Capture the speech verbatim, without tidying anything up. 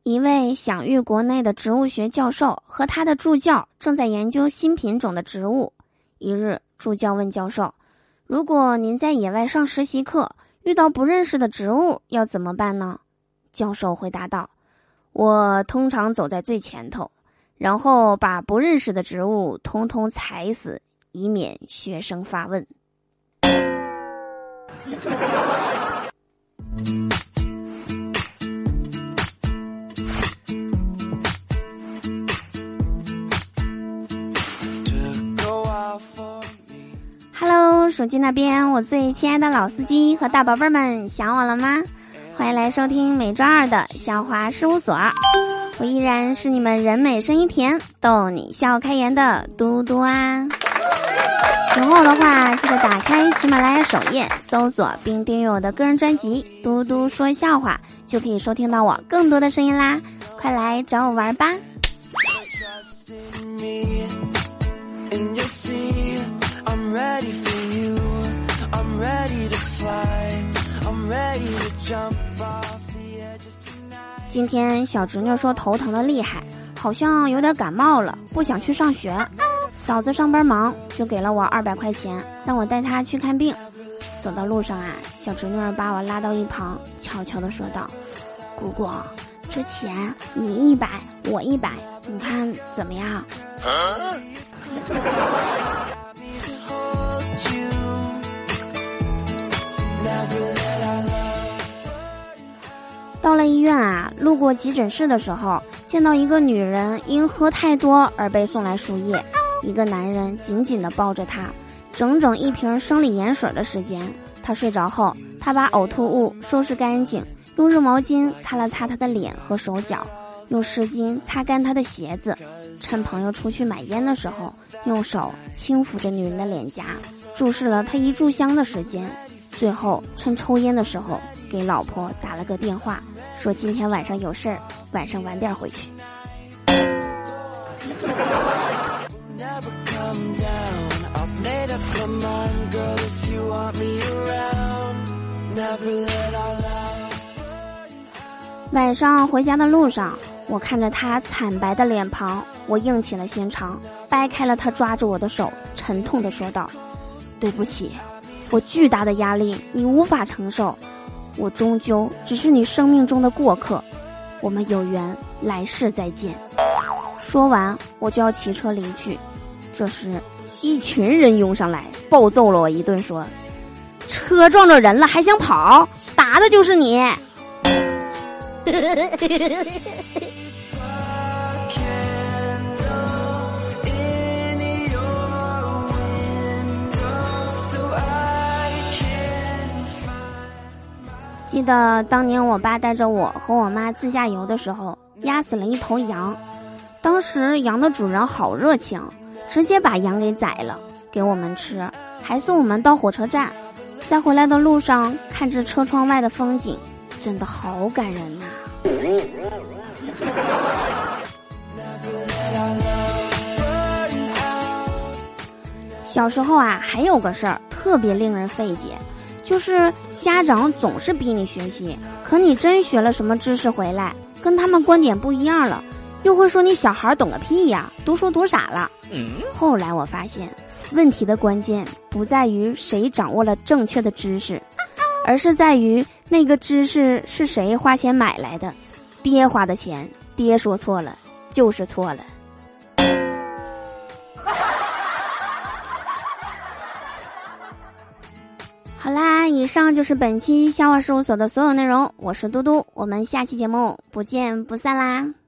一位享誉国内的植物学教授和他的助教正在研究新品种的植物。一日，助教问教授，如果您在野外上实习课，遇到不认识的植物要怎么办呢？教授回答道，我通常走在最前头，然后把不认识的植物通通踩死，以免学生发问。Hello， 手机那边我最亲爱的老司机和大宝贝们，想我了吗？欢迎来收听每周二的笑话事务所，我依然是你们人美声音甜逗你笑开颜的嘟嘟啊。喜欢我的话，记得打开喜马拉雅首页搜索并订阅我的个人专辑嘟嘟说笑话，就可以收听到我更多的声音啦，快来找我玩吧。I'm ready for you, I'm ready to fly, I'm ready to jump off the edge of tonight. 今天小侄女说头疼的厉害，好像有点感冒了，不想去上学。嫂子上班忙，就给了我二百块钱，让我带她去看病。走到路上啊，小侄女把我拉到一旁，悄悄地说道：“姑姑，之前你一百，我一百，你看怎么样？”啊到了医院啊，路过急诊室的时候，见到一个女人因喝太多而被送来输液，一个男人紧紧地抱着她，整整一瓶生理盐水的时间。她睡着后，他把呕吐物收拾干净，用热毛巾擦了擦她的脸和手脚，用湿巾擦干她的鞋子，趁朋友出去买烟的时候，用手轻抚着女人的脸颊，注视了她一炷香的时间，最后趁抽烟的时候给老婆打了个电话，说今天晚上有事儿，晚上晚点回去。晚上回家的路上，我看着他惨白的脸庞，我硬起了心肠，掰开了他抓住我的手，沉痛地说道：对不起，我巨大的压力你无法承受，我终究只是你生命中的过客，我们有缘来世再见。说完我就要骑车离去，这时一群人涌上来，暴揍了我一顿，说车撞着人了还想跑，打的就是你。记得当年我爸带着我和我妈自驾游的时候，压死了一头羊。当时羊的主人好热情，直接把羊给宰了给我们吃，还送我们到火车站。在回来的路上，看着车窗外的风景，真的好感人呐、小时候啊，还有个事儿特别令人费解，就是家长总是逼你学习，可你真学了什么知识回来，跟他们观点不一样了，又会说你小孩懂个屁呀，读书读傻了。嗯、后来我发现，问题的关键不在于谁掌握了正确的知识，而是在于那个知识是谁花钱买来的。爹花的钱，爹说错了就是错了。好啦，以上就是本期笑话事务所的所有内容，我是嘟嘟，我们下期节目不见不散啦。